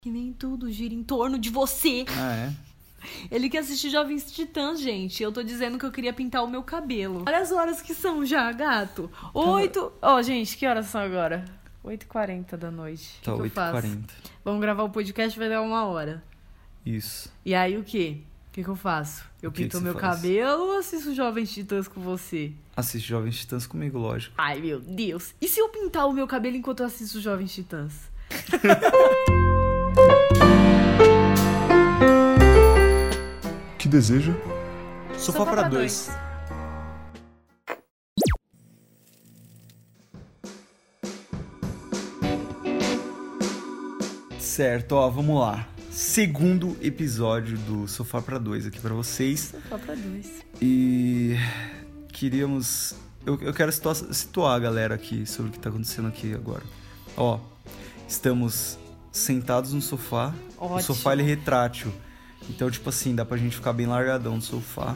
Que nem tudo gira em torno de você. Ah, é? Ele quer assistir Jovens Titãs, gente. Eu tô dizendo que eu queria pintar o meu cabelo. Olha as horas que são já, gato. 8... Ó, gente, que horas são agora? 8h40 da noite. Tá, 8h40. Vamos gravar o podcast, vai dar 1 hora. Isso. E aí, o quê? O que eu faço? Eu pinto o meu cabelo ou assisto Jovens Titãs com você? Assiste Jovens Titãs comigo, lógico. Ai, meu Deus. E se eu pintar o meu cabelo enquanto eu assisto Jovens Titãs? Que deseja? Sofá pra dois. Certo, ó, vamos lá. Segundo episódio do Sofá pra Dois aqui pra vocês. Sofá pra dois. E queríamos... Eu quero situar a galera aqui sobre o que tá acontecendo aqui agora. Ó, estamos sentados no sofá. Ótimo. O sofá, ele é retrátil. Então, tipo assim, dá pra gente ficar bem largadão no sofá.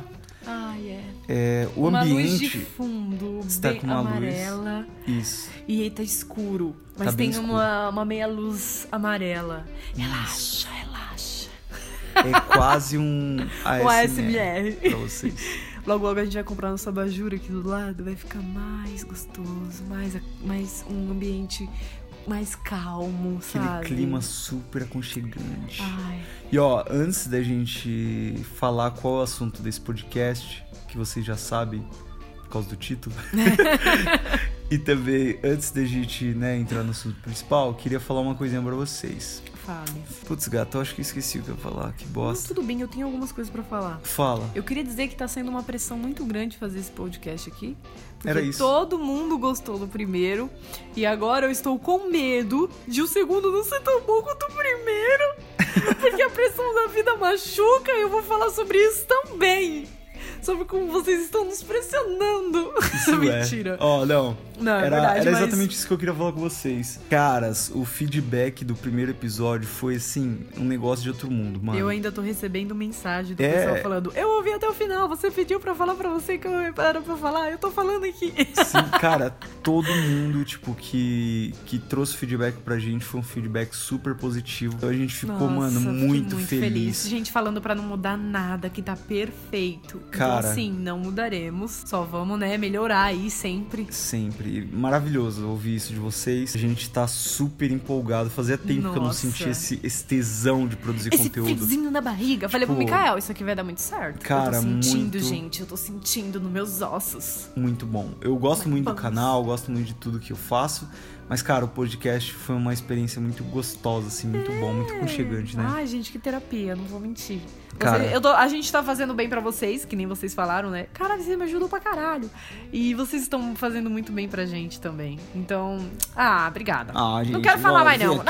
O uma ambiente luz de fundo, está bem com uma amarela. luz. Isso. E aí tá escuro. Mas Tá tem bem uma meia luz amarela. Isso. Relaxa. É quase um ASMR pra vocês. Logo a gente vai comprar nossa abajur aqui do lado. Vai ficar mais gostoso. Mais um ambiente mais calmo, Aquele sabe? clima super aconchegante. Ai. E ó, antes da gente falar qual é o assunto desse podcast, que vocês já sabem por causa do título, e também antes da gente, né, entrar no assunto principal, queria falar uma coisinha pra vocês. Fale. Putz, gato, eu acho que esqueci o que eu ia falar, que bosta. Tudo bem, eu tenho algumas coisas pra falar. Fala. Eu queria dizer que tá sendo uma pressão muito grande fazer esse podcast aqui. Porque Era isso. todo mundo gostou do primeiro. E agora eu estou com medo de o segundo não ser tão bom quanto o primeiro. Porque a pressão da vida machuca e eu vou falar sobre isso também. Sobre como vocês estão nos pressionando. Isso Mentira. Ó, não. Não, é Era verdade, mas... exatamente isso que eu queria falar com vocês. Caras, o feedback do primeiro episódio foi, assim, um negócio de outro mundo, mano. Eu ainda tô recebendo mensagem do pessoal falando: eu ouvi até o final, você pediu pra falar pra você que eu era pra falar, eu tô falando aqui. Sim, cara, todo mundo, tipo, que trouxe feedback pra gente foi um feedback super positivo. Então a gente ficou, Nossa, muito fiquei feliz. Gente falando pra não mudar nada, que tá perfeito. Cara, então, assim, não mudaremos. Só vamos, né, melhorar aí sempre. Sempre. Maravilhoso ouvir isso de vocês. A gente tá super empolgado. Fazia tempo que eu não sentia esse tesão de produzir conteúdo. Esse friozinho na barriga. Falei pro Mikael, isso aqui vai dar muito certo. Cara, eu tô sentindo, muito... gente. Eu tô sentindo nos meus ossos. Muito bom. Eu gosto muito do canal, gosto muito de tudo que eu faço. Mas, cara, o podcast foi uma experiência muito gostosa, assim, muito bom, muito aconchegante, né? Ai, gente, que terapia, não vou mentir. Cara, a gente tá fazendo bem pra vocês, que nem vocês falaram, né? Cara, vocês me ajudam pra caralho. E vocês estão fazendo muito bem pra gente também. Então, obrigada. Gente, não quero falar mais, não.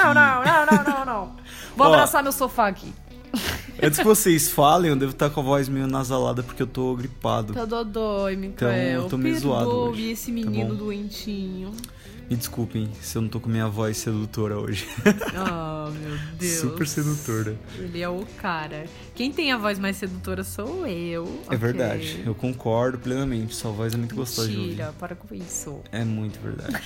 Não. Vou abraçar meu sofá aqui. Antes que vocês falem, eu devo estar com a voz meio nasalada porque eu tô gripado. Tá dodói, Mikael. Então, eu tô meio zoado hoje. Esse menino doentinho. Me desculpem se eu não tô com minha voz sedutora hoje. Oh, meu Deus. Super sedutora. Ele é o cara. Quem tem a voz mais sedutora sou eu. É verdade, eu concordo plenamente. Sua voz é muito gostosa de ouvir. Mentira, para com isso. É muito verdade.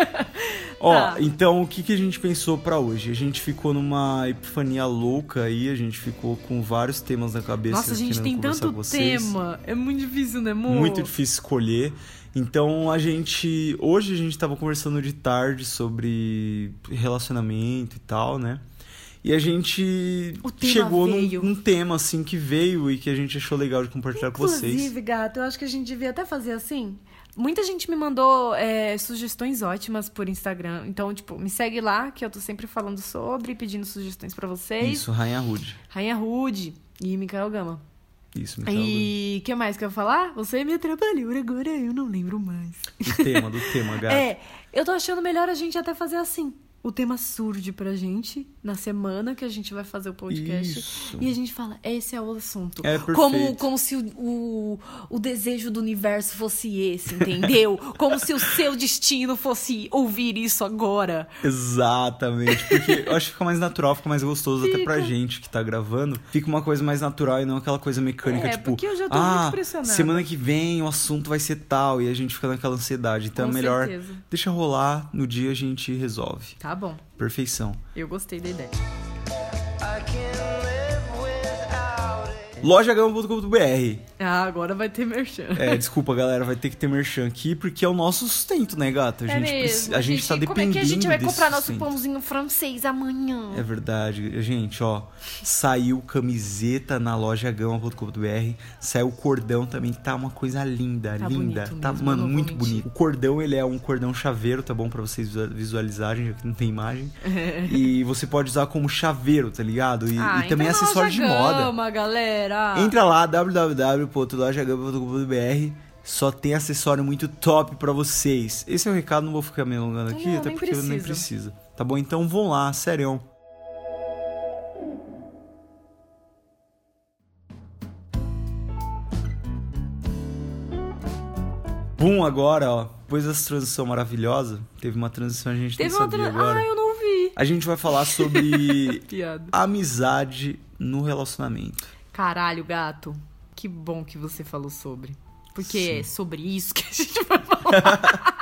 Então o que a gente pensou pra hoje? A gente ficou numa epifania louca aí, a gente ficou com vários temas na cabeça. Nossa, a gente tem tanto tema. É muito difícil, né, amor? Muito difícil escolher. Então hoje a gente tava conversando de tarde sobre relacionamento e tal, né? E a gente chegou num tema assim que veio e que a gente achou legal de compartilhar com vocês. Inclusive, gato, eu acho que a gente devia até fazer assim. Muita gente me mandou sugestões ótimas por Instagram. Então, tipo, me segue lá, que eu tô sempre falando sobre, pedindo sugestões pra vocês. Isso, Rainha Rude. Rainha Rude e Mikael Gama. Isso, Mikael Gama. E o que mais que eu ia falar? Você me atrapalhou, agora eu não lembro mais. Do tema, gato. Eu tô achando melhor a gente até fazer assim. O tema surge pra gente na semana que a gente vai fazer o podcast. Isso. E a gente fala, esse é o assunto. É perfeito. Como se o desejo do universo fosse esse, entendeu? Como se o seu destino fosse ouvir isso agora. Exatamente. Porque eu acho que fica mais natural, fica mais gostoso até pra gente que tá gravando. Fica uma coisa mais natural e não aquela coisa mecânica, tipo... porque eu já tô muito pressionada. Semana que vem o assunto vai ser tal. E a gente fica naquela ansiedade. Então é melhor... Deixa rolar, no dia a gente resolve. Tá bom. Perfeição. Eu gostei da ideia. lojagama.com.br. Ah, agora vai ter merchan. Desculpa, galera, vai ter que ter merchan aqui, porque é o nosso sustento, né, gata? A gente tá dependendo. Como é que a gente vai comprar nosso sustento. Pãozinho francês amanhã? É verdade. Gente, ó, saiu camiseta na lojagama.com.br, saiu o cordão também, tá uma coisa linda, tá linda. Bonito tá, mesmo, mano, muito bonito. O cordão, ele é um cordão chaveiro, tá bom? Pra vocês visualizarem, já que não tem imagem. E você pode usar como chaveiro, tá ligado? E também é acessório de moda. Galera. Entra lá, www.lojagama.com.br. Só tem acessório muito top pra vocês. Esse é o recado, não vou ficar me alongando aqui, até porque eu nem preciso. Tá bom? Então vão lá, sério. Bom, agora, ó, depois dessa transição maravilhosa, teve uma transição, a gente não sabia agora. Ah, eu não vi. A gente vai falar sobre amizade no relacionamento. Caralho, gato. Que bom que você falou sobre. Porque é sobre isso que a gente vai falar.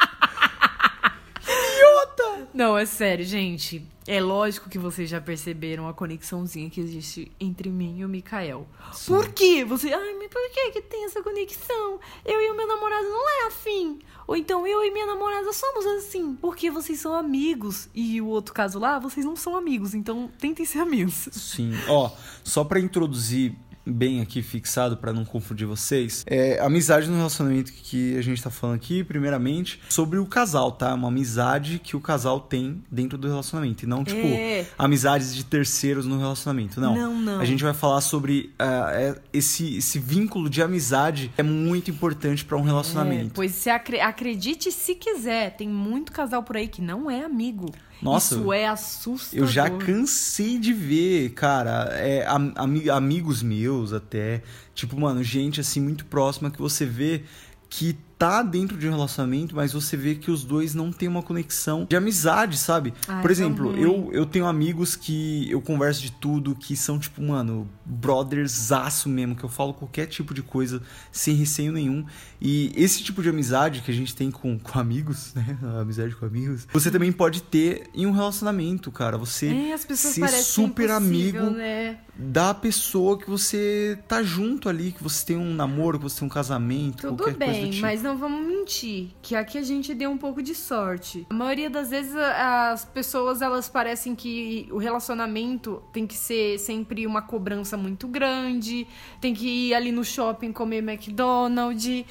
Idiota! Não, é sério, gente. É lógico que vocês já perceberam a conexãozinha que existe entre mim e o Mikael. Sim. Por quê? Mas por que tem essa conexão? Eu e o meu namorado não é assim. Ou então eu e minha namorada somos assim. Porque vocês são amigos. E o outro caso lá, vocês não são amigos. Então tentem ser amigos. Sim. Ó, só pra introduzir bem aqui fixado pra não confundir vocês, amizade no relacionamento que a gente tá falando aqui, primeiramente, sobre o casal, tá? Uma amizade que o casal tem dentro do relacionamento. E não, tipo, amizades de terceiros no relacionamento. Não. A gente vai falar sobre esse vínculo de amizade que é muito importante pra um relacionamento. Pois você acredite se quiser, tem muito casal por aí que não é amigo. Nossa, isso é assustador. Eu já cansei de ver, cara, amigos meus até, tipo, mano, gente assim muito próxima que você vê que tá dentro de um relacionamento, mas você vê que os dois não tem uma conexão de amizade, sabe? Por exemplo, eu tenho amigos que eu converso de tudo, que são tipo, mano, brothersaço mesmo, que eu falo qualquer tipo de coisa sem receio nenhum. E esse tipo de amizade que a gente tem com amigos, né? A amizade com amigos, você também pode ter em um relacionamento, cara. Você as pessoas ser super amigo, né? Da pessoa que você tá junto ali, que você tem um namoro, que você tem um casamento, tudo qualquer bem, coisa do tipo. Mas não vamos mentir, que aqui a gente deu um pouco de sorte. A maioria das vezes as pessoas, elas parecem que o relacionamento tem que ser sempre uma cobrança muito grande, tem que ir ali no shopping comer McDonald's,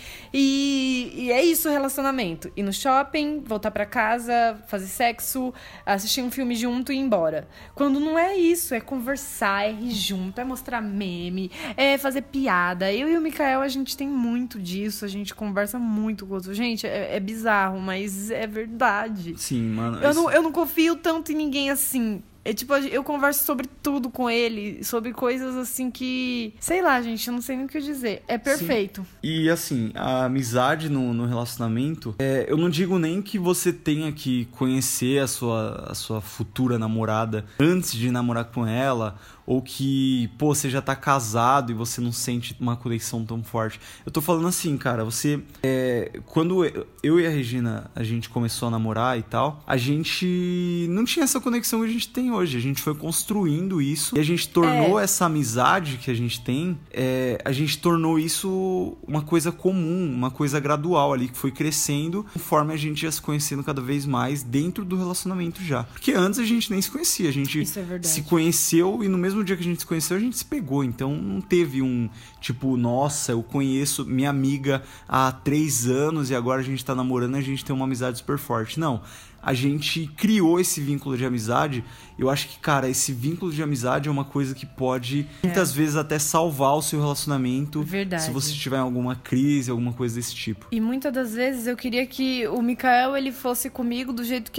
e é isso o relacionamento. Ir no shopping, voltar pra casa, fazer sexo, assistir um filme junto e ir embora. Quando não é isso, é conversar, é rir junto, é mostrar meme, é fazer piada. Eu e o Mikael, a gente tem muito disso, a gente conversa muito com o outro. Gente, é bizarro, mas é verdade. Sim, mano. Eu não confio tanto em ninguém assim. Tipo, eu converso sobre tudo com ele, sobre coisas assim que... Sei lá, gente, eu não sei nem o que dizer. É perfeito. Sim. E assim, a amizade no relacionamento, eu não digo nem que você tenha que conhecer a sua futura namorada antes de namorar com ela, ou que, pô, você já tá casado e você não sente uma conexão tão forte. Eu tô falando assim, cara, você... quando eu e a Regina, a gente começou a namorar e tal, a gente não tinha essa conexão que a gente tem hoje. A gente foi construindo isso e a gente tornou essa amizade que a gente tem, a gente tornou isso uma coisa comum, uma coisa gradual ali, que foi crescendo conforme a gente ia se conhecendo cada vez mais dentro do relacionamento já. Porque antes a gente nem se conhecia, a gente se conheceu e no mesmo dia que a gente se conheceu, a gente se pegou. Então não teve um tipo, nossa, eu conheço minha amiga há 3 anos e agora a gente tá namorando e a gente tem uma amizade super forte. Não. A gente criou esse vínculo de amizade. Eu acho que, cara, esse vínculo de amizade é uma coisa que pode, muitas vezes, até salvar o seu relacionamento. Verdade. Se você tiver alguma crise, alguma coisa desse tipo. E muitas das vezes eu queria que o Mikael, ele fosse comigo do jeito que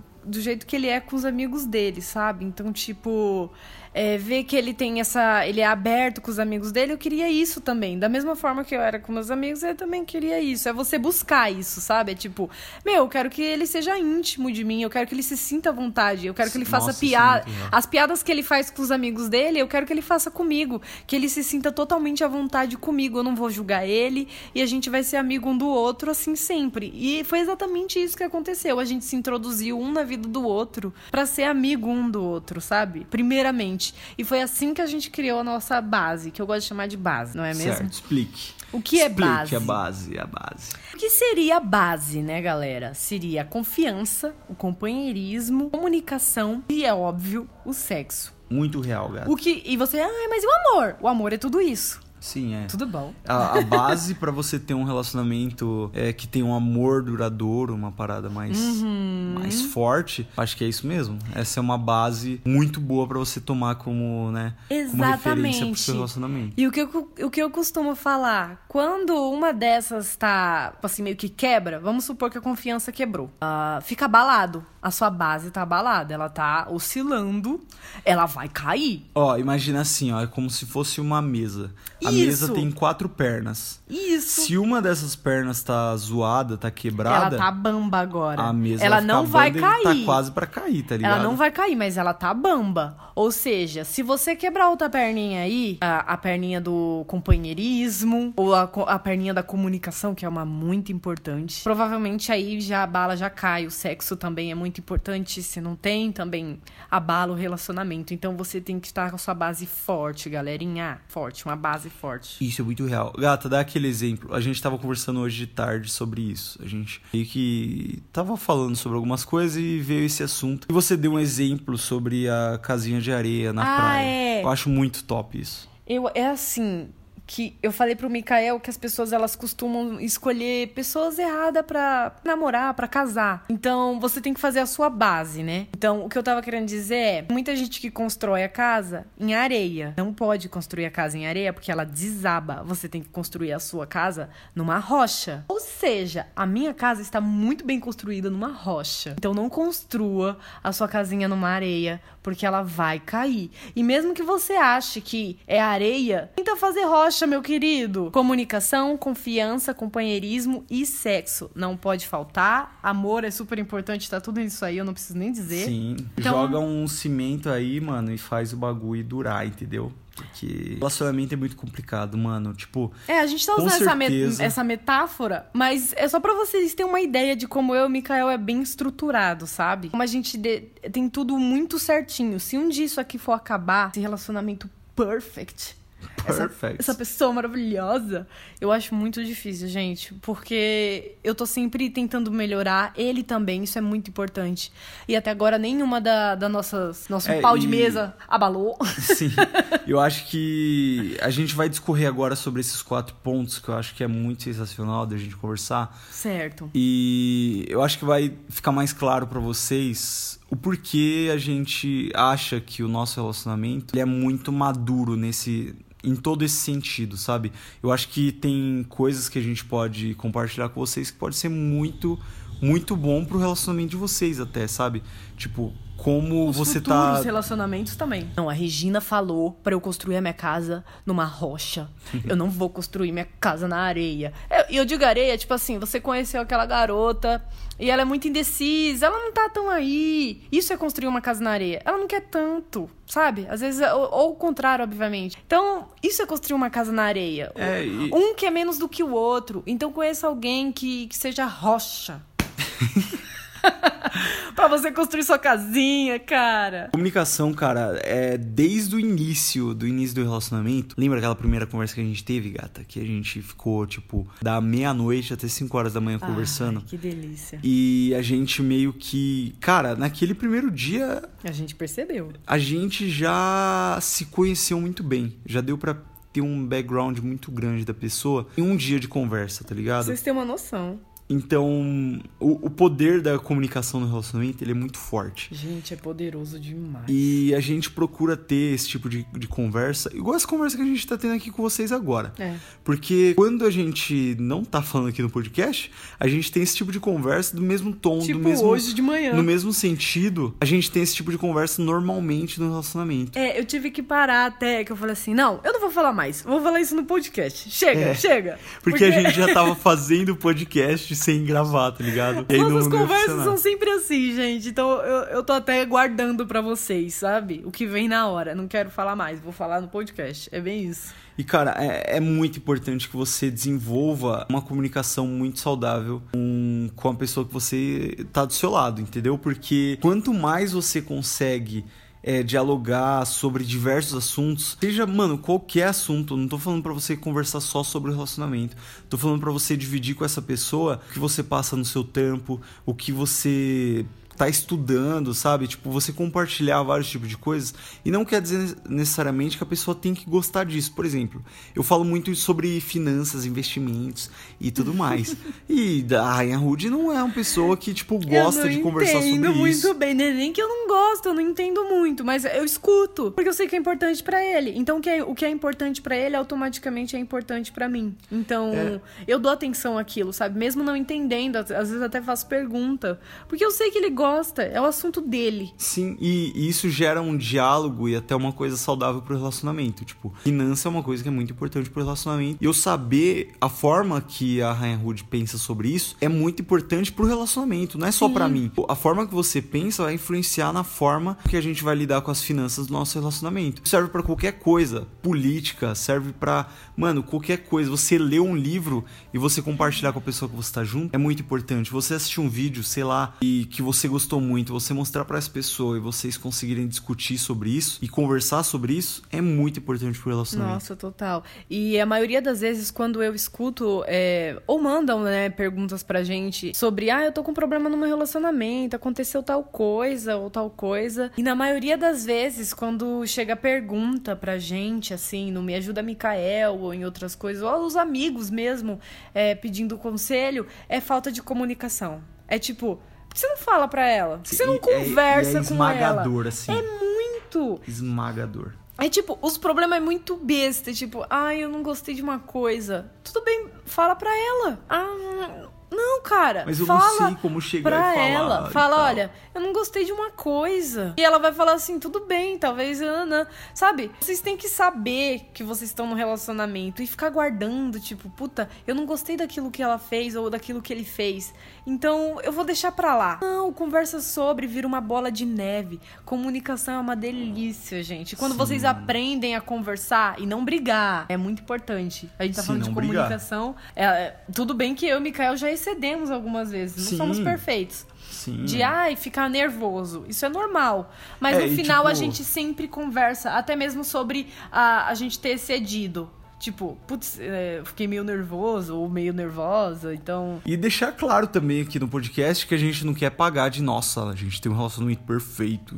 ele é com os amigos dele, sabe? Então, tipo... ver que ele tem ele é aberto com os amigos dele, eu queria isso também. Da mesma forma que eu era com meus amigos, eu também queria isso. É você buscar isso, sabe? É tipo, eu quero que ele seja íntimo de mim, eu quero que ele se sinta à vontade, eu quero que ele faça piada. As piadas que ele faz com os amigos dele, eu quero que ele faça comigo, que ele se sinta totalmente à vontade comigo. Eu não vou julgar ele e a gente vai ser amigo um do outro assim sempre. E foi exatamente isso que aconteceu. A gente se introduziu um na vida vida do outro, pra ser amigo um do outro, sabe? Primeiramente. E foi assim que a gente criou a nossa base, que eu gosto de chamar de base, não é mesmo? Certo, explique. O que é base? Explique a base. O que seria a base, né, galera? Seria a confiança, o companheirismo, comunicação e, é óbvio, o sexo. Muito real, gata. E você, mas e o amor? O amor é tudo isso. Sim, é. Tudo bom. A base pra você ter um relacionamento que tem um amor duradouro, uma parada mais forte, acho que é isso mesmo. Essa é uma base muito boa pra você tomar como, né, como referência pro seu relacionamento. E o que eu costumo falar, quando uma dessas tá, assim, meio que quebra, vamos supor que a confiança quebrou. Fica abalado. A sua base tá abalada, ela tá oscilando, ela vai cair. Imagina assim, é como se fosse uma mesa. A Isso. mesa tem 4 pernas. Isso. Se uma dessas pernas tá zoada, tá quebrada... Ela tá bamba agora. A mesa ela não vai cair. Tá quase pra cair, tá ligado? Ela não vai cair, mas ela tá bamba. Ou seja, se você quebrar outra perninha aí, a perninha do companheirismo, ou a perninha da comunicação, que é uma muito importante, provavelmente aí já a bala já cai. O sexo também é muito importante. Se não tem, também abala o relacionamento. Então você tem que estar com a sua base forte, galerinha. Forte, uma base forte. Isso é muito real. Gata, dá aquele exemplo. A gente tava conversando hoje de tarde sobre isso. A gente meio que tava falando sobre algumas coisas e veio esse assunto. E você deu um exemplo sobre a casinha de areia na praia. É. Eu acho muito top isso. É assim... que eu falei pro Mikael que as pessoas, elas costumam escolher pessoas erradas pra namorar, pra casar. Então, você tem que fazer a sua base, né? Então, o que eu tava querendo dizer é, muita gente que constrói a casa em areia. Não pode construir a casa em areia porque ela desaba. Você tem que construir a sua casa numa rocha. Ou seja, a minha casa está muito bem construída numa rocha. Então, não construa a sua casinha numa areia, porque ela vai cair. E mesmo que você ache que é areia, tenta fazer rocha, meu querido. Comunicação, confiança, companheirismo e sexo. Não pode faltar. Amor é super importante, tá tudo isso aí, eu não preciso nem dizer. Sim. Então... joga um cimento aí, mano, e faz o bagulho durar, entendeu? Porque relacionamento é muito complicado, mano. Tipo, a gente tá usando essa metáfora, mas é só pra vocês terem uma ideia de como eu e o Mikael é bem estruturado, sabe? Como a gente tem tudo muito certinho. Se um dia isso aqui for acabar, esse relacionamento perfect... Essa pessoa maravilhosa, eu acho muito difícil, gente, porque eu tô sempre tentando melhorar, ele também, isso é muito importante. E até agora nenhuma nosso pau de mesa abalou. Sim, eu acho que a gente vai discorrer agora sobre esses 4 pontos que eu acho que é muito sensacional da gente conversar. Certo. E eu acho que vai ficar mais claro pra vocês o porquê a gente acha que o nosso relacionamento ele é muito maduro em todo esse sentido, sabe? Eu acho que tem coisas que a gente pode compartilhar com vocês que pode ser muito, muito bom pro relacionamento de vocês até, sabe? Tipo, como os você futuros relacionamentos também. Não, a Regina falou pra eu construir a minha casa numa rocha. Eu não vou construir minha casa na areia. E eu digo areia, tipo assim, você conheceu aquela garota e ela é muito indecisa, ela não tá tão aí. Isso é construir uma casa na areia. Ela não quer tanto, sabe? Às vezes, ou o contrário, obviamente. Então, isso é construir uma casa na areia. Um quer menos do que o outro. Então, conheça alguém que seja rocha. Pra você construir sua casinha, cara. Comunicação, cara, desde o início do relacionamento. Lembra aquela primeira conversa que a gente teve, gata? Que a gente ficou, tipo, da meia-noite até 5 horas da manhã conversando. Ai, que delícia. E a gente meio que... Cara, naquele primeiro dia... a gente percebeu. A gente já se conheceu muito bem. Já deu pra ter um background muito grande da pessoa em um dia de conversa, tá ligado? Vocês têm uma noção. Então, o poder da comunicação no relacionamento, ele é muito forte. Gente, é poderoso demais. E a gente procura ter esse tipo de conversa, igual essa conversa que a gente tá tendo aqui com vocês agora. Porque quando a gente não tá falando aqui no podcast, a gente tem esse tipo de conversa do mesmo tom, tipo do mesmo... hoje de manhã. No mesmo sentido, a gente tem esse tipo de conversa normalmente no relacionamento. Eu tive que parar até, que eu falei assim, não, eu não vou falar mais, vou falar isso no podcast. Chega. Porque a gente já tava fazendo o podcast sem gravar, tá ligado? E nossas conversas são sempre assim, gente. Então eu tô até guardando pra vocês, sabe? O que vem na hora. Não quero falar mais, vou falar no podcast. É bem isso. E, cara, é muito importante que você desenvolva uma comunicação muito saudável com com a pessoa que você tá do seu lado, entendeu? Porque quanto mais você consegue dialogar sobre diversos assuntos, seja, mano, qualquer assunto, não tô falando pra você conversar só sobre o relacionamento, tô falando pra você dividir com essa pessoa o que você passa no seu trampo, o que você tá estudando, sabe? Tipo, você compartilhar vários tipos de coisas, e não quer dizer necessariamente que a pessoa tem que gostar disso. Por exemplo, eu falo muito sobre finanças, investimentos e tudo mais. E a Rainha Rude não é uma pessoa que, tipo, gosta de conversar sobre isso. Eu não entendo muito bem, né? Nem que eu não gosto, eu não entendo muito, mas eu escuto, porque eu sei que é importante pra ele. Então, o que é importante pra ele, automaticamente é importante pra mim. Então, eu dou atenção àquilo, sabe? Mesmo não entendendo, às vezes até faço pergunta, porque eu sei que ele gosta, é o assunto dele. Sim, e isso gera um diálogo e até uma coisa saudável pro relacionamento. Tipo, finança é uma coisa que é muito importante pro relacionamento. E eu saber a forma que a Rainha Rude pensa sobre isso é muito importante pro relacionamento, não é só pra mim. A forma que você pensa vai influenciar na forma que a gente vai lidar com as finanças do nosso relacionamento. Serve pra qualquer coisa, política, serve pra, mano, qualquer coisa. Você ler um livro e você compartilhar com a pessoa que você tá junto é muito importante. Você assistir um vídeo, sei lá, e que você gostou muito, você mostrar pra essa pessoa e vocês conseguirem discutir sobre isso e conversar sobre isso é muito importante pro relacionamento. Nossa, total. E a maioria das vezes, quando eu escuto ou mandam, né, perguntas pra gente sobre, eu tô com problema no meu relacionamento, aconteceu tal coisa ou tal coisa. E na maioria das vezes, quando chega pergunta pra gente, assim, no Me Ajuda Micael ou em outras coisas, ou os amigos mesmo pedindo conselho, é falta de comunicação. É tipo, por que você não fala pra ela? Por que você não conversa com ela? Esmagador, assim. É muito. Esmagador. É tipo, os problemas é muito besta. Tipo, eu não gostei de uma coisa. Tudo bem, fala pra ela. Não, cara. Mas eu fala não sei como chegar pra e falar. Ela. Fala, olha, eu não gostei de uma coisa. E ela vai falar assim, tudo bem, talvez, sabe? Vocês têm que saber que vocês estão no relacionamento e ficar guardando, tipo, puta, eu não gostei daquilo que ela fez ou daquilo que ele fez. Então, eu vou deixar pra lá. Não, conversa sobre, vira uma bola de neve. Comunicação é uma delícia, gente. Quando vocês aprendem a conversar e não brigar, é muito importante. A gente tá falando de comunicação. Tudo bem que eu e o Micael já excedemos algumas vezes. Não somos perfeitos. Sim. De ficar nervoso. Isso é normal. Mas no final a gente sempre conversa, até mesmo sobre a gente ter excedido. Tipo, putz, fiquei meio nervoso ou meio nervosa, então... E deixar claro também aqui no podcast que a gente não quer pagar de, nossa, a gente tem um relacionamento perfeito.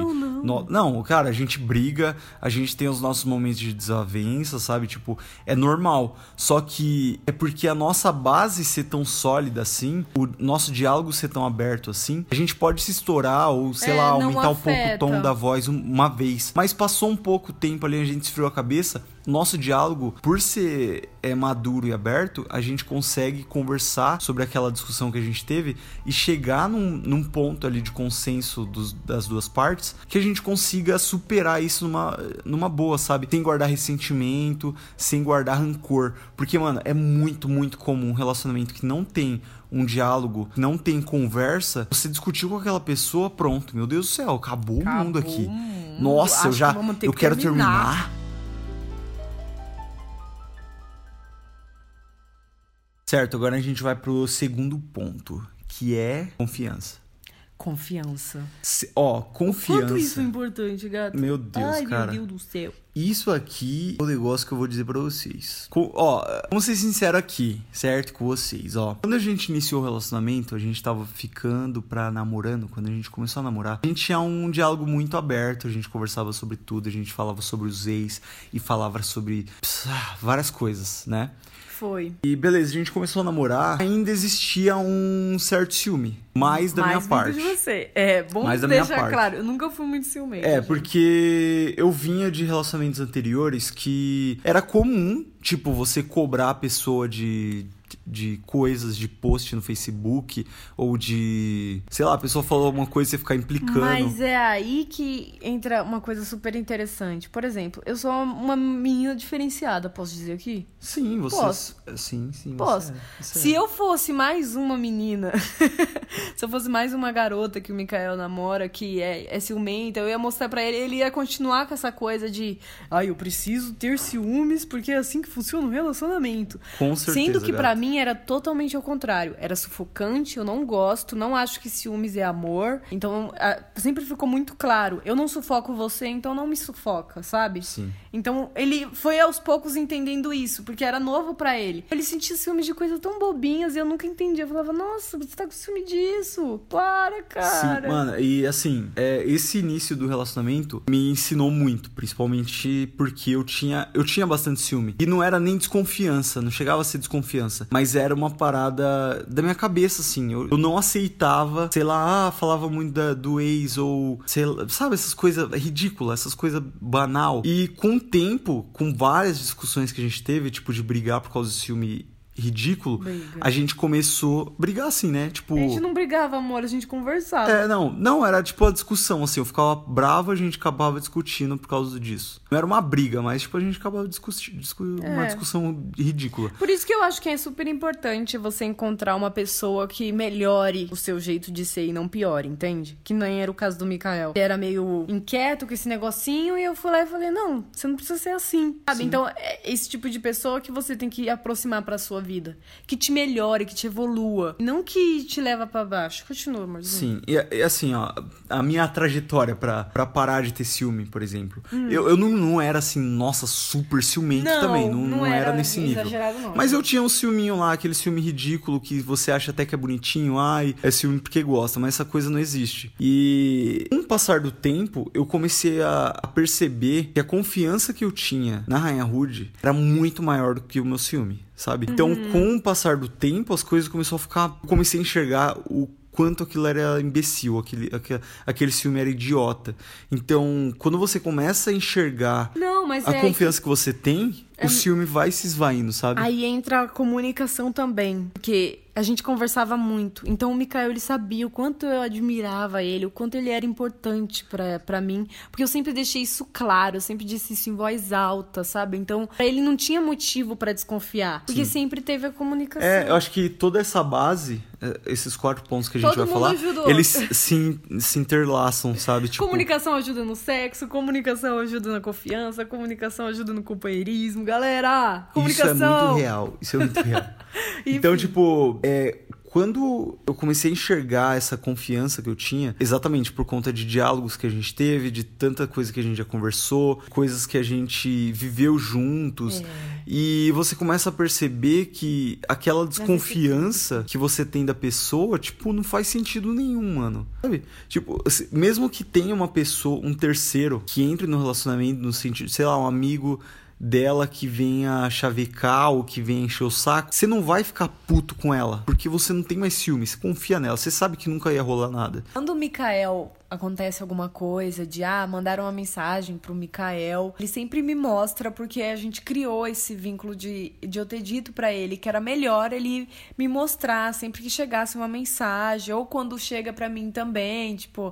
Não, cara, a gente briga, a gente tem os nossos momentos de desavença, sabe? Tipo, é normal. Só que é porque a nossa base ser tão sólida assim, o nosso diálogo ser tão aberto assim, a gente pode se estourar ou, sei lá, aumentar um pouco o tom da voz uma vez. Mas passou um pouco tempo ali, a gente esfriou a cabeça... Nosso diálogo, por ser maduro e aberto, a gente consegue conversar sobre aquela discussão que a gente teve e chegar num ponto ali de consenso das duas partes que a gente consiga superar isso numa boa, sabe? Sem guardar ressentimento, sem guardar rancor. Porque, mano, é muito, muito comum um relacionamento que não tem um diálogo, não tem conversa, você discutiu com aquela pessoa, pronto, meu Deus do céu, acabou o mundo aqui. Nossa, eu quero terminar. Certo, agora a gente vai pro segundo ponto, que é confiança. Confiança. Confiança. Quanto isso é importante, gato? Meu Deus, cara. Meu Deus do céu. Isso aqui é o negócio que eu vou dizer pra vocês. Vamos ser sinceros aqui, certo? Com vocês, Quando a gente iniciou o relacionamento, a gente tava ficando namorando, quando a gente começou a namorar, a gente tinha um diálogo muito aberto, a gente conversava sobre tudo, a gente falava sobre os ex e falava sobre várias coisas, né? Foi. E beleza, a gente começou a namorar, ainda existia um certo ciúme. Mais da minha parte. Mais de você. É bom deixar claro, eu nunca fui muito ciumento. Porque eu vinha de relacionamentos anteriores que era comum, tipo, você cobrar a pessoa de coisas, de post no Facebook, ou de... Sei lá, a pessoa falou alguma coisa e você ficar implicando. Mas é aí que entra uma coisa super interessante. Por exemplo, eu sou uma menina diferenciada, posso dizer aqui? Sim, você... Posso. Sim. Posso. Se eu fosse mais uma menina, se eu fosse mais uma garota que o Micael namora, que é ciumenta, eu ia mostrar pra ele ia continuar com essa coisa de eu preciso ter ciúmes, porque é assim que funciona o relacionamento. Com certeza, Sendo que pra mim mim era totalmente ao contrário. Era sufocante, eu não gosto, não acho que ciúmes é amor. Então, sempre ficou muito claro. Eu não sufoco você, então não me sufoca, sabe? Sim. Então, ele foi aos poucos entendendo isso, porque era novo pra ele. Ele sentia ciúmes de coisas tão bobinhas e eu nunca entendia. Eu falava, nossa, você tá com ciúme disso? Para, cara. Sim, mano, e assim, esse início do relacionamento me ensinou muito, principalmente porque eu tinha bastante ciúme. E não era nem desconfiança, não chegava a ser desconfiança, mas era uma parada da minha cabeça, assim. Eu não aceitava, sei lá, falava muito do ex, ou sei lá, sabe, essas coisas ridículas, essas coisas banal. E com o tempo, com várias discussões que a gente teve, tipo, de brigar por causa do ciúme ridículo, a gente começou a brigar assim, né? Tipo... A gente não brigava, amor, a gente conversava. Não, era tipo a discussão, assim, eu ficava bravo, a gente acabava discutindo por causa disso. Não era uma briga, mas tipo, a gente acabava discutindo uma discussão ridícula. Por isso que eu acho que é super importante você encontrar uma pessoa que melhore o seu jeito de ser e não piore, entende? Que nem era o caso do Mikael. Ele era meio inquieto com esse negocinho e eu fui lá e falei, não, você não precisa ser assim, sabe? Sim. Então, é esse tipo de pessoa que você tem que aproximar pra sua vida, que te melhore, que te evolua, não que te leva pra baixo. Continua, amorzinho. Sim, e assim, ó, a minha trajetória pra parar de ter ciúme, por exemplo, eu não era assim, nossa, super ciumento também, não era nesse nível. Não. Mas eu tinha um ciúminho lá, aquele ciúme ridículo que você acha até que é bonitinho, ai, é ciúme porque gosta, mas essa coisa não existe. E com o passar do tempo, eu comecei a perceber que a confiança que eu tinha na Rainha Rude era muito maior do que o meu ciúme, sabe? Então, com o passar do tempo, as coisas começaram a ficar... Eu comecei a enxergar o quanto aquilo era imbecil, aquele ciúme era idiota. Então, quando você começa a enxergar a confiança que você tem, o ciúme vai se esvaindo, sabe? Aí entra a comunicação também, porque a gente conversava muito. Então o Mikael, ele sabia o quanto eu admirava ele, o quanto ele era importante pra mim, porque eu sempre deixei isso claro, eu sempre disse isso em voz alta, sabe? Então ele não tinha motivo pra desconfiar, porque sempre teve a comunicação. Eu acho que toda essa base, esses 4 pontos que a gente vai falar, ajudou. Eles se interlaçam, sabe? Tipo... Comunicação ajuda no sexo, comunicação ajuda na confiança, comunicação ajuda no companheirismo, galera! Comunicação! Isso é muito real. Então, tipo, quando eu comecei a enxergar essa confiança que eu tinha, exatamente por conta de diálogos que a gente teve, de tanta coisa que a gente já conversou, coisas que a gente viveu juntos, e você começa a perceber que aquela desconfiança que você tem da pessoa, tipo, não faz sentido nenhum, mano. Sabe? Tipo, mesmo que tenha uma pessoa, um terceiro, que entre no relacionamento no sentido, sei lá, um amigo dela que venha chavecar ou que venha encher o saco, você não vai ficar puto com ela, porque você não tem mais ciúme, você confia nela, você sabe que nunca ia rolar nada. Quando o Mikael acontece alguma coisa de, mandaram uma mensagem pro Mikael, ele sempre me mostra, porque a gente criou esse vínculo de eu ter dito pra ele que era melhor ele me mostrar sempre que chegasse uma mensagem, ou quando chega pra mim também, tipo,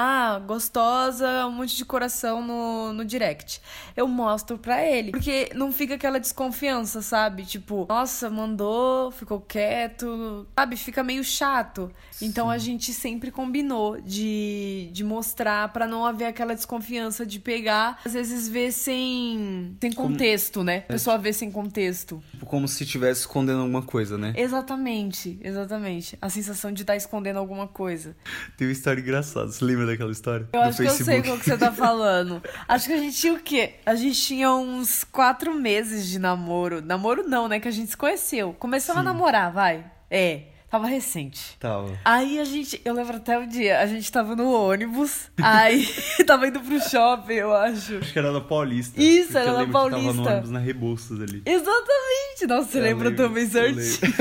gostosa, um monte de coração no direct. Eu mostro pra ele, porque não fica aquela desconfiança, sabe? Tipo, nossa, mandou, ficou quieto, sabe? Fica meio chato. Sim. Então a gente sempre combinou de mostrar pra não haver aquela desconfiança de pegar, às vezes ver sem contexto, né? A pessoa vê sem contexto. Como se estivesse escondendo alguma coisa, né? Exatamente. A sensação de estar escondendo alguma coisa. Tem uma história engraçada, você lembra daquela história? Eu acho Facebook? Que eu sei qual que você tá falando. Acho que a gente tinha o quê? A gente tinha uns 4 meses de namoro. Namoro não, né? Que a gente se conheceu. Começou a namorar, vai. Tava recente. Tava. Aí eu lembro até o dia, a gente tava no ônibus, aí tava indo pro shopping, eu acho. Acho que era na Paulista. Isso, era na Paulista. Que tava no ônibus na Rebouças ali. Exatamente! Nossa, você lembra também certinho.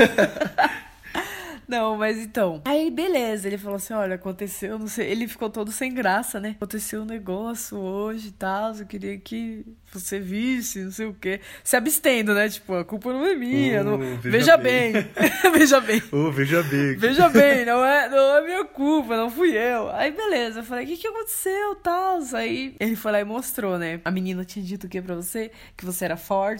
Não, mas então... Aí, beleza, ele falou assim, olha, aconteceu, não sei... Ele ficou todo sem graça, né? Aconteceu um negócio hoje e tal, eu queria que você visse, não sei o quê. Se abstendo, né? Tipo, a culpa não é minha, veja bem. Veja bem. Veja bem. Veja bem, não é minha culpa, não fui eu. Aí, beleza, eu falei, o que aconteceu, tal? Aí, ele foi lá e mostrou, né? A menina tinha dito o quê pra você? Que você era forte...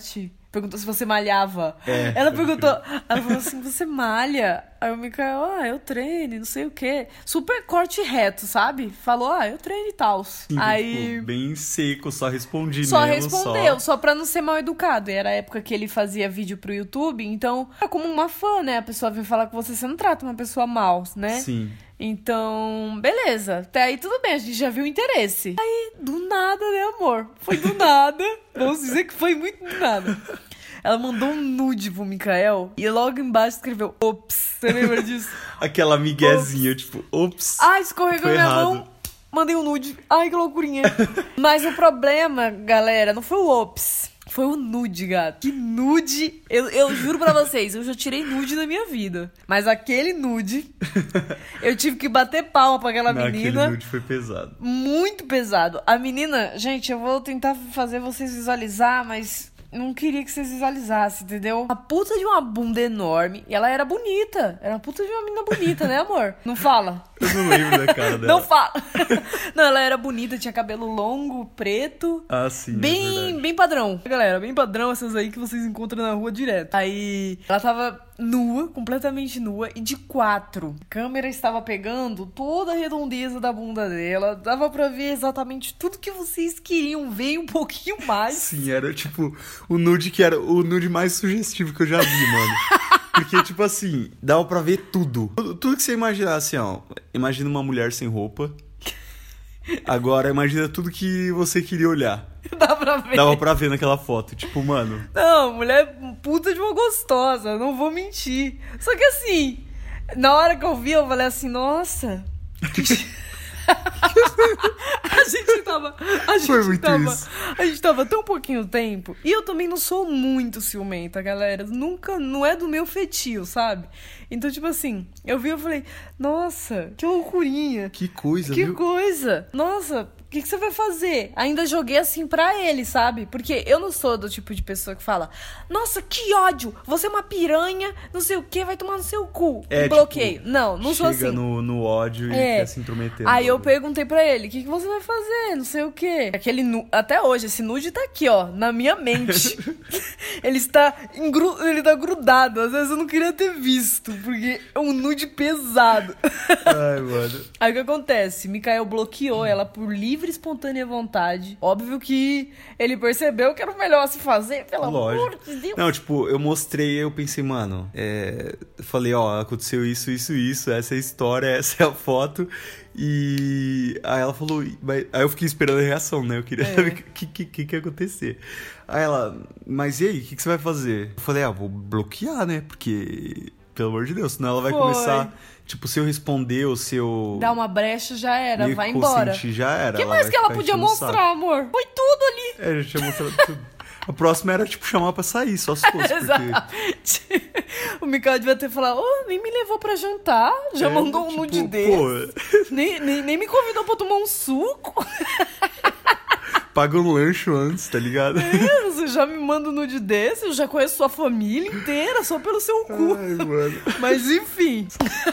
Perguntou se você malhava. Ela falou assim, você malha? Aí o Mikael, eu treino, não sei o quê. Super corte reto, sabe? Falou, eu treino e tal. Aí... Tipo, bem seco, só respondi só mesmo. Respondeu, só pra não ser mal educado. E era a época que ele fazia vídeo pro YouTube, então era como uma fã, né? A pessoa vem falar com você não trata uma pessoa mal, né? Sim. Então, beleza. Até aí tudo bem, a gente já viu o interesse. Aí, do nada, né, amor? Foi do nada. Vamos dizer que foi muito do nada. Ela mandou um nude pro Mikael e logo embaixo escreveu, ops. Você lembra disso? Aquela miguezinha, tipo, ops. Escorregou minha mão. Mandei um nude. Ai, que loucurinha. Mas o problema, galera, não foi o ops. Foi o nude, gato. Que nude. Eu juro pra vocês, eu já tirei nude na minha vida. Mas aquele nude, eu tive que bater palma pra aquela menina. Aquele nude foi pesado. Muito pesado. A menina, gente, eu vou tentar fazer vocês visualizar, mas... não queria que vocês visualizassem, entendeu? A puta de uma bunda enorme. E ela era bonita. Era uma puta de uma menina bonita, né, amor? Não fala. Eu não lembro da cara dela. Não fala. Não, ela era bonita, tinha cabelo longo, preto. Sim, bem padrão. Galera, bem padrão essas aí que vocês encontram na rua direto. Aí, ela tava nua, completamente nua, e de 4. A câmera estava pegando toda a redondeza da bunda dela. Dava pra ver exatamente tudo que vocês queriam ver e um pouquinho mais. Sim, era tipo o nude que era o nude mais sugestivo que eu já vi, mano. Porque, tipo assim, dava pra ver tudo. Tudo que você imaginar, assim, imagina uma mulher sem roupa. Agora, imagina tudo que você queria olhar. Dava pra ver naquela foto. Tipo, mano... Não, mulher puta de uma gostosa, não vou mentir. Só que assim, na hora que eu vi, eu falei assim, nossa... A gente tava tão pouquinho tempo. E eu também não sou muito ciumenta, galera. Não é do meu feitio, sabe? Então, tipo assim, eu vi e falei, nossa, que loucurinha. Que coisa, Que coisa. Nossa, o que você vai fazer? Ainda joguei assim pra ele, sabe? Porque eu não sou do tipo de pessoa que fala, nossa, que ódio, você é uma piranha, não sei o que, vai tomar no seu cu. Bloqueio. Tipo, não sou assim. Chega no ódio e quer se intrometer. Aí eu perguntei pra ele, o que você vai fazer? Não sei o que. Até hoje, esse nude tá aqui, ó, na minha mente. Ele tá grudado. Às vezes eu não queria ter visto, porque é um nude pesado. Ai, mano. Aí o que acontece? Mikael bloqueou ela por livre e espontânea vontade. Óbvio que ele percebeu que era o melhor a se fazer, pelo amor de Deus. Não, tipo, eu mostrei, eu pensei, mano, eu falei, aconteceu isso, essa é a história, essa é a foto. E aí ela falou, aí eu fiquei esperando a reação, né? Eu queria saber o que ia acontecer. Aí ela, mas e aí, o que você vai fazer? Eu falei, vou bloquear, né? Porque, pelo amor de Deus, senão ela vai começar... Tipo, se eu responder ou se eu... Dar uma brecha, já era, vai embora. Já era. O que mais que ela podia mostrar, amor? Foi tudo ali. Já tinha mostrado tudo. A próxima era, tipo, chamar pra sair, só se fosse. Porque... O Mikael devia ter falado, nem me levou pra jantar, já mandou um nude desse. Nem me convidou pra tomar um suco. Paga um lanche antes, tá ligado? Você já me manda um nude desse, eu já conheço sua família inteira, só pelo seu cu. Ai, mano. Mas enfim.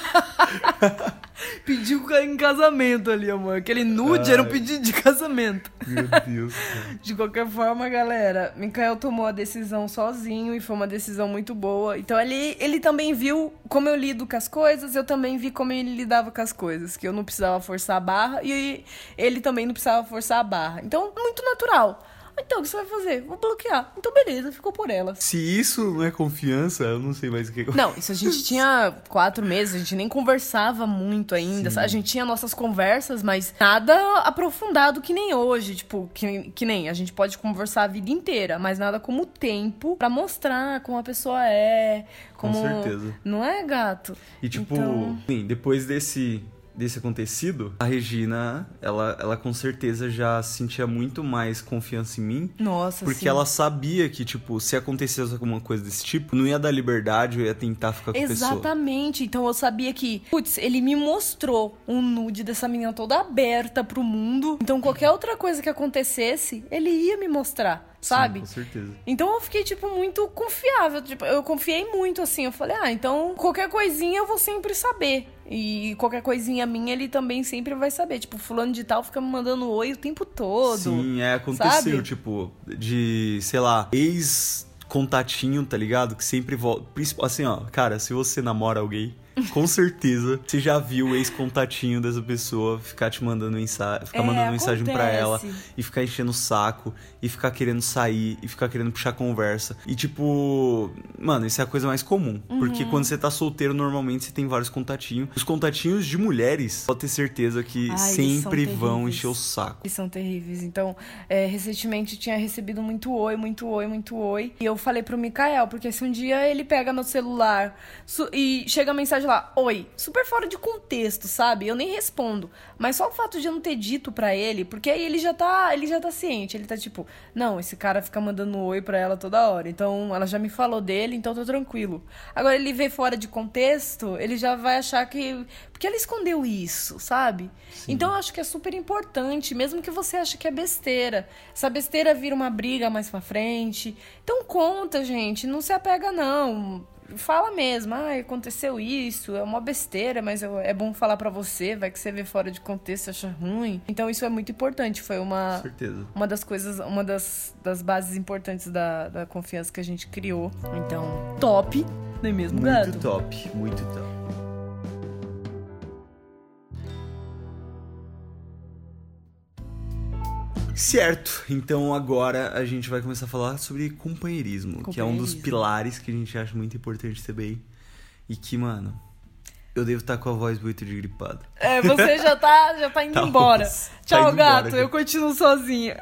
Pediu em casamento ali, amor. Aquele nude era um pedido de casamento. Meu Deus. De qualquer forma, galera, Mikael tomou a decisão sozinho e foi uma decisão muito boa. Então ele também viu como eu lido com as coisas, eu também vi como ele lidava com as coisas. Que eu não precisava forçar a barra e ele também não precisava forçar a barra. Então, muito natural. Então, o que você vai fazer? Vou bloquear. Então, beleza, ficou por ela. Se isso não é confiança, eu não sei mais o que... Não, isso a gente tinha 4 meses, a gente nem conversava muito ainda. Sim. A gente tinha nossas conversas, mas nada aprofundado que nem hoje. Tipo, que nem a gente pode conversar a vida inteira, mas nada como tempo pra mostrar como a pessoa é. Com certeza. Não é, gato? E tipo, depois desse acontecido, a Regina, ela com certeza já sentia muito mais confiança em mim. Nossa, porque ela sabia que, tipo, se acontecesse alguma coisa desse tipo, não ia dar liberdade, eu ia tentar ficar com a pessoa. Exatamente. Então eu sabia que, ele me mostrou um nude dessa menina toda aberta pro mundo. Então qualquer outra coisa que acontecesse, ele ia me mostrar. Sabe? Sim, com certeza. Então eu fiquei, tipo, muito confiável. Tipo, eu confiei muito, assim. Eu falei, então qualquer coisinha eu vou sempre saber. E qualquer coisinha minha, ele também sempre vai saber. Tipo, fulano de tal fica me mandando oi o tempo todo. Sim, aconteceu, sabe? Tipo, de, sei lá, contatinho, tá ligado? Que sempre volta. Assim, ó, cara, se você namora alguém, com certeza você já viu o ex-contatinho dessa pessoa ficar te mandando mensagem, ficar mandando mensagem pra ela e ficar enchendo o saco e ficar querendo sair e ficar querendo puxar conversa. E tipo, mano, isso é a coisa mais comum. Porque quando você tá solteiro, normalmente você tem vários contatinhos. Os contatinhos de mulheres, pode ter certeza que sempre vão encher o saco. Eles são terríveis. Então, recentemente eu tinha recebido muito oi. E eu falei pro Mikael, porque se um dia ele pega meu celular e chega a mensagem lá, oi, super fora de contexto, sabe? Eu nem respondo. Mas só o fato de eu não ter dito pra ele, porque aí ele já tá ciente. Ele tá tipo, não, esse cara fica mandando oi pra ela toda hora. Então, ela já me falou dele, então tô tranquilo. Agora, ele vê fora de contexto, ele já vai achar que... Porque ela escondeu isso, sabe? Sim. Então, eu acho que é super importante, mesmo que você ache que é besteira. Essa besteira vira uma briga mais pra frente. Então, conta, gente. Não se apega, não. Fala mesmo, aconteceu isso, é uma besteira, mas é bom falar pra você, vai que você vê fora de contexto e acha ruim. Então isso é muito importante, foi uma das coisas, uma das bases importantes da confiança que a gente criou. Então, top, não é mesmo, gato? Muito top, muito top. Certo, então agora a gente vai começar a falar sobre companheirismo, que é um dos pilares que a gente acha muito importante também. E que, mano, eu devo estar com a voz muito de gripado. Você já tá indo embora. Tchau, gato, eu continuo sozinha.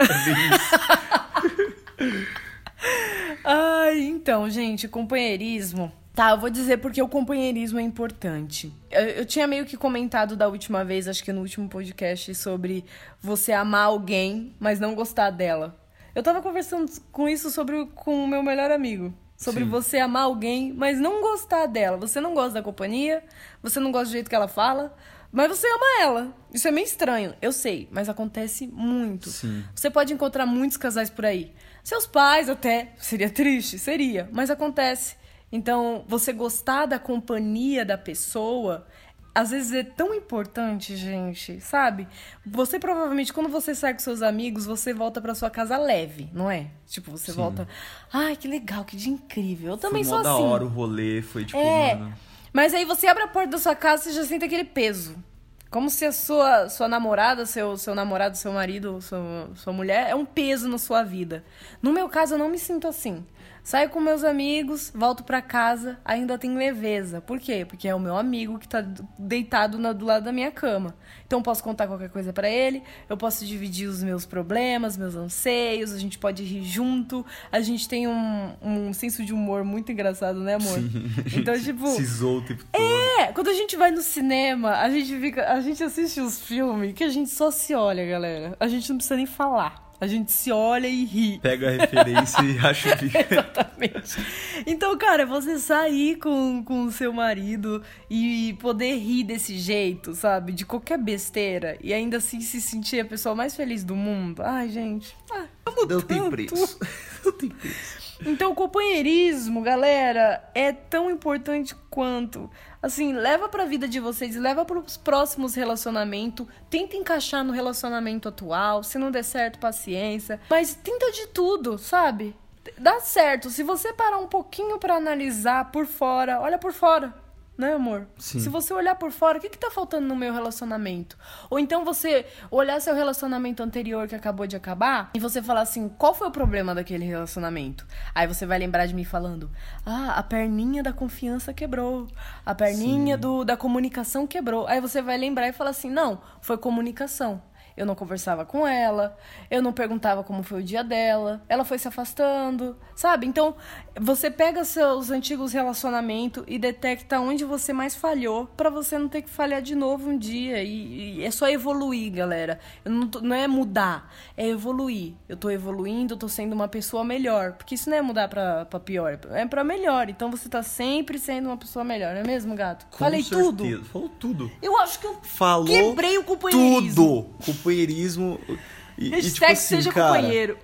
Então, gente, companheirismo... Tá, eu vou dizer porque o companheirismo é importante. Eu tinha meio que comentado da última vez, acho que no último podcast, sobre você amar alguém, mas não gostar dela. Eu tava conversando com isso com o meu melhor amigo. Sobre você amar alguém, mas não gostar dela. Você não gosta da companhia, você não gosta do jeito que ela fala, mas você ama ela. Isso é meio estranho, eu sei, mas acontece muito. Sim. Você pode encontrar muitos casais por aí. Seus pais até, seria triste? Seria, mas acontece. Então, você gostar da companhia da pessoa, às vezes é tão importante, gente, sabe? Você provavelmente, quando você sai com seus amigos, você volta pra sua casa leve, não é? Tipo, você volta... Ai, que legal, que dia incrível. Eu também sou assim. Foi da hora o rolê, foi tipo... Mano... Mas aí você abre a porta da sua casa e já sente aquele peso. Como se a sua namorada, seu namorado, seu marido, sua mulher, é um peso na sua vida. No meu caso, eu não me sinto assim. Saio com meus amigos, volto pra casa, ainda tem leveza. Por quê? Porque é o meu amigo que tá deitado do lado da minha cama. Então eu posso contar qualquer coisa pra ele, eu posso dividir os meus problemas, meus anseios, a gente pode rir junto. A gente tem um senso de humor muito engraçado, né, amor? Sim. Então, tipo... Se zoa o tempo todo. Quando a gente vai no cinema, a gente assiste os filmes que a gente só se olha, galera. A gente não precisa nem falar. A gente se olha e ri. Pega a referência e acha o bico. Exatamente. Então, cara, você sair com o seu marido e poder rir desse jeito, sabe? De qualquer besteira. E ainda assim se sentir a pessoa mais feliz do mundo. Ai, gente. Não tem preço. Não tem preço. Então, o companheirismo, galera, é tão importante quanto. Assim, leva pra vida de vocês, leva pros próximos relacionamentos, tenta encaixar no relacionamento atual, se não der certo, paciência. Mas tenta de tudo, sabe? Dá certo. Se você parar um pouquinho pra analisar por fora, olha por fora. Né, amor? Sim. Se você olhar por fora, o que tá faltando no meu relacionamento? Ou então você olhar seu relacionamento anterior que acabou de acabar e você falar assim, qual foi o problema daquele relacionamento? Aí você vai lembrar de mim falando, a perninha da confiança quebrou, a perninha da comunicação quebrou. Aí você vai lembrar e falar assim, não, foi comunicação. Eu não conversava com ela, eu não perguntava como foi o dia dela, ela foi se afastando, sabe? Então, você pega seus antigos relacionamentos e detecta onde você mais falhou pra você não ter que falhar de novo um dia. E é só evoluir, galera. Não é mudar, é evoluir. Eu tô evoluindo, eu tô sendo uma pessoa melhor. Porque isso não é mudar pra pior, é pra melhor. Então você tá sempre sendo uma pessoa melhor, não é mesmo, gato? Falei tudo. Falou tudo. Eu acho que eu quebrei o companheirismo. Tudo. Companheirismo e tipo assim, seja cara, companheiro.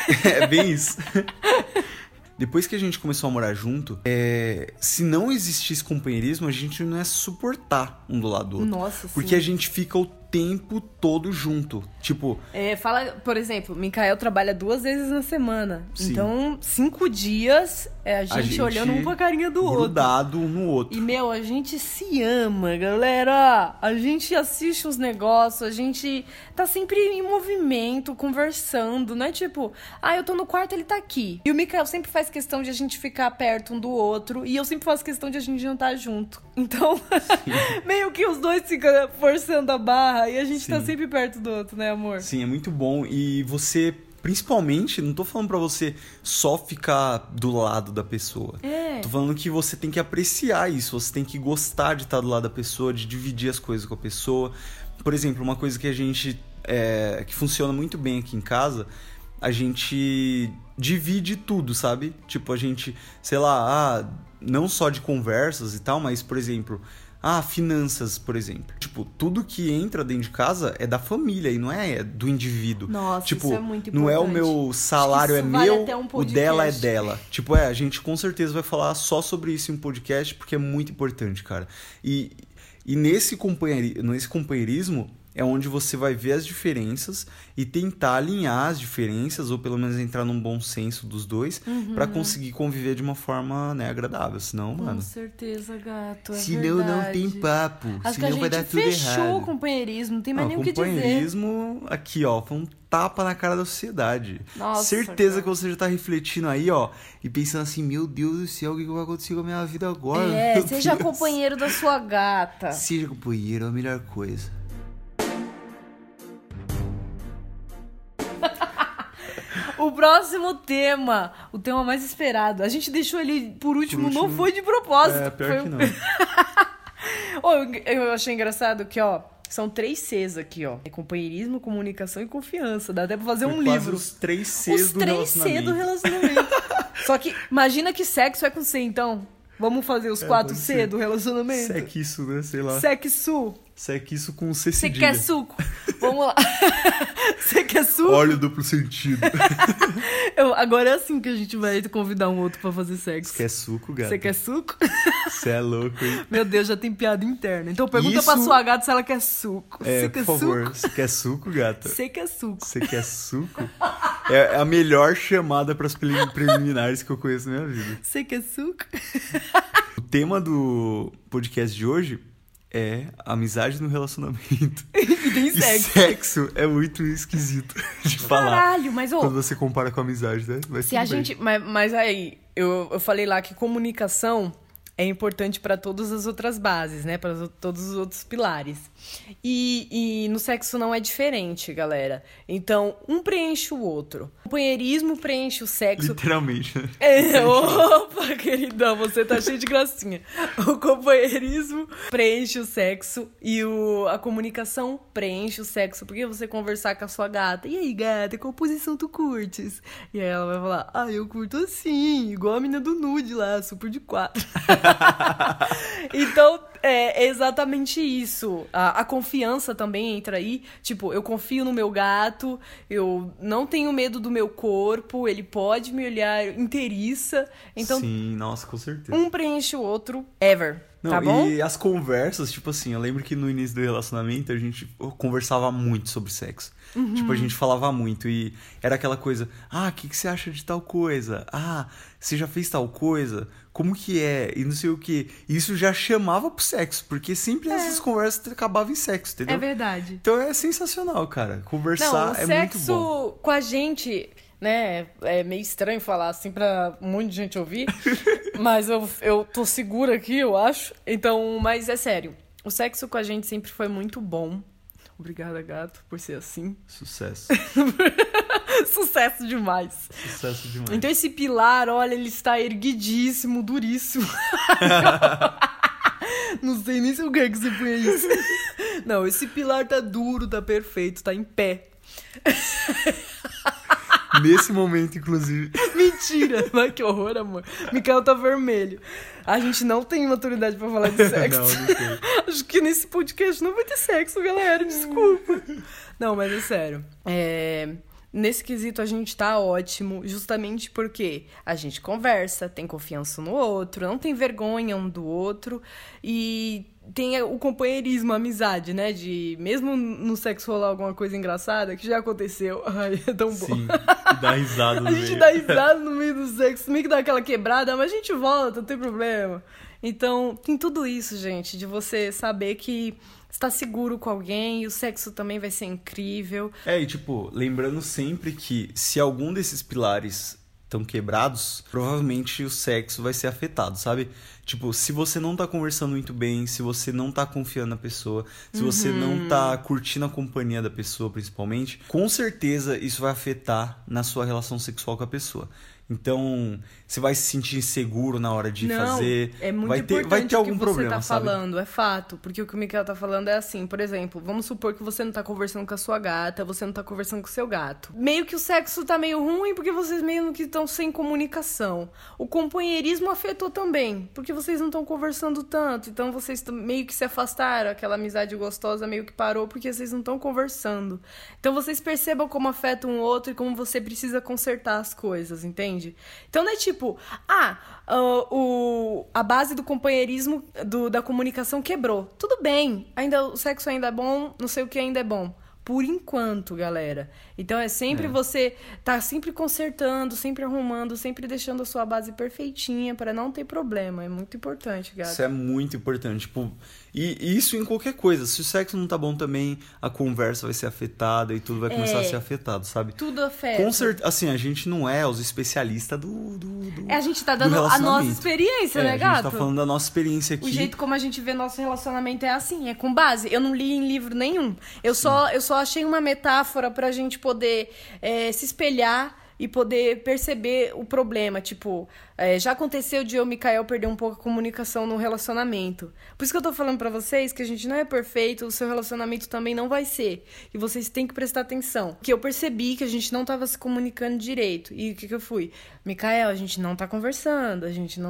É bem isso. Depois que a gente começou a morar junto, se não existisse companheirismo, a gente não ia suportar um do lado do outro. Nossa, porque sim. a gente fica o tempo todo junto. Tipo... fala, por exemplo, Mikael trabalha 2 vezes na semana. Sim. Então, 5 dias a gente olhando um pra carinha do outro. Grudado um no outro. E, a gente se ama, galera. A gente assiste os negócios, a gente tá sempre em movimento, conversando. Não é tipo, eu tô no quarto, ele tá aqui. E o Mikael sempre faz questão de a gente ficar perto um do outro. E eu sempre faço questão de a gente jantar junto. Então, meio que os dois ficam forçando a barra e a gente tá sempre perto do outro, né, amor? Sim, é muito bom. E você, principalmente, não tô falando pra você só ficar do lado da pessoa. Tô falando que você tem que apreciar isso, você tem que gostar de estar do lado da pessoa, de dividir as coisas com a pessoa. Por exemplo, uma coisa que a gente... que funciona muito bem aqui em casa, a gente divide tudo, sabe? Tipo, a gente, sei lá, não só de conversas e tal, mas, por exemplo... finanças, por exemplo. Tipo, tudo que entra dentro de casa é da família e não é do indivíduo. Nossa, tipo, isso é muito importante. Não é o meu salário, vale meu, o dela é dela. Tipo, a gente com certeza vai falar só sobre isso em um podcast, porque é muito importante, cara. E nesse companheirismo é onde você vai ver as diferenças e tentar alinhar as diferenças, ou pelo menos entrar num bom senso dos dois, pra conseguir conviver de uma forma, né, agradável. Senão, mano... Com certeza, gato, senão verdade. Não tem papo. Acho senão vai dar tudo errado. Fechou o companheirismo, não tem mais nem o que dizer. O companheirismo, aqui, foi um tapa na cara da sociedade. Nossa, certeza cara. que você já tá refletindo aí, e pensando assim, meu Deus do céu, o que vai acontecer com a minha vida agora? Seja companheiro da sua gata. Seja companheiro, é a melhor coisa. O próximo tema, o tema mais esperado. A gente deixou ele por último, não foi de propósito. Pior que não. Eu achei engraçado que, são 3 Cs aqui, É companheirismo, comunicação e confiança. Dá até pra fazer um livro. Os 3 Cs do relacionamento. Os 3 C do relacionamento. Só que, imagina que sexo é com C, então. Vamos fazer os 4 C do relacionamento? Sexo, né? Sei lá. Sexo. Sexo com C Você cedilha. quer suco? Vamos lá. Você quer suco? Óleo duplo sentido. Agora é assim que a gente vai convidar um outro pra fazer sexo. Você quer suco, gato? Você quer suco? Você é louco, hein? Meu Deus, já tem piada interna. Então pergunta pra sua gata se ela quer suco. Você quer por favor. suco? Você quer suco, gata? Você quer suco. Você quer suco? É a melhor chamada pras preliminares que eu conheço na minha vida. Você quer suco? O tema do podcast de hoje é amizade no relacionamento. E tem sexo. E sexo é muito esquisito de falar. Caralho, mas quando você compara com amizade, né? Mas se a gente... Mas aí, eu falei lá que comunicação é importante para todas as outras bases, né? Para todos os outros pilares. E no sexo não é diferente, galera. Então, um preenche o outro. O companheirismo preenche o sexo. Literalmente, né? Opa, queridão, você tá cheio de gracinha. O companheirismo preenche o sexo e a comunicação preenche o sexo. Porque você conversar com a sua gata. E aí, gata, qual posição tu curtes? E aí ela vai falar, eu curto assim, igual a menina do nude lá, super de 4. Então, é exatamente isso. A confiança também entra aí. Tipo, eu confio no meu gato, eu não tenho medo do meu corpo, ele pode me olhar inteiriça. Então, sim, nossa, com certeza. Um preenche o outro, ever. Não, tá bom? E as conversas, tipo assim, eu lembro que no início do relacionamento a gente conversava muito sobre sexo. Tipo, a gente falava muito e era aquela coisa, o que você acha de tal coisa? Você já fez tal coisa? Como que é? E não sei o que. Isso já chamava pro sexo, porque sempre essas conversas acabavam em sexo, entendeu? É verdade. Então é sensacional, cara. Conversar é muito bom. O sexo com a gente, né, é meio estranho falar assim pra um monte de gente ouvir, mas eu tô segura aqui, eu acho. Então, mas é sério, o sexo com a gente sempre foi muito bom. Obrigada, gato, por ser assim. Sucesso. Sucesso demais. Sucesso demais. Então esse pilar, olha, ele está erguidíssimo, duríssimo. Não sei nem se eu quero que você ponha isso. Não, esse pilar tá duro, tá perfeito, tá em pé. Nesse momento, inclusive. Mentira! Mas que horror, amor. Mikael tá vermelho. A gente não tem maturidade pra falar de sexo. Não tem. Acho que nesse podcast não vai ter sexo, galera. Desculpa. Não, mas é sério. Nesse quesito a gente tá ótimo, justamente porque a gente conversa, tem confiança no outro, não tem vergonha um do outro e tem o companheirismo, a amizade, né? De mesmo no sexo rolar alguma coisa engraçada, que já aconteceu. Ai, é tão bom. Sim, e dá risada no meio. A gente dá risada no meio do sexo, meio que dá aquela quebrada, mas a gente volta, não tem problema. Então, tem tudo isso, gente, de você saber que está seguro com alguém e o sexo também vai ser incrível. E tipo, lembrando sempre que se algum desses pilares estão quebrados, provavelmente o sexo vai ser afetado, sabe? Tipo, se você não tá conversando muito bem, se você não tá confiando na pessoa, se você não tá curtindo a companhia da pessoa, principalmente, com certeza isso vai afetar na sua relação sexual com a pessoa. Então, você vai se sentir inseguro na hora de fazer. É muito importante vai ter algum o que problema, você tá sabe? falando, é fato. Porque o que o Mikael tá falando é assim, por exemplo, vamos supor que você não tá conversando com a sua gata, você não tá conversando com o seu gato. Meio que o sexo tá meio ruim porque vocês meio que estão sem comunicação. O companheirismo afetou também, porque vocês não estão conversando tanto. Então vocês meio que se afastaram, aquela amizade gostosa meio que parou porque vocês não estão conversando. Então vocês percebam como afeta um outro e como você precisa consertar as coisas, entende? Então não é tipo, a base do companheirismo, da comunicação quebrou. Tudo bem, o sexo ainda é bom, não sei o que ainda é bom. Por enquanto, galera. Então é sempre você tá sempre consertando, sempre arrumando, sempre deixando a sua base perfeitinha para não ter problema. É muito importante, galera. Isso é muito importante. Tipo, e isso em qualquer coisa. Se o sexo não tá bom também, a conversa vai ser afetada e tudo vai começar a ser afetado, sabe? Tudo afeta. Com certeza, assim, a gente não é os especialistas a gente tá dando a nossa experiência, né, gato? A gente tá falando da nossa experiência aqui. O jeito como a gente vê nosso relacionamento é assim, é com base. Eu não li em livro nenhum. Eu só achei uma metáfora pra gente poder se espelhar e poder perceber o problema. Tipo, já aconteceu de eu e o Mikael perder um pouco a comunicação no relacionamento. Por isso que eu tô falando pra vocês que a gente não é perfeito, o seu relacionamento também não vai ser. E vocês têm que prestar atenção. Porque eu percebi que a gente não tava se comunicando direito. E o que eu fui? Mikael, a gente não tá conversando,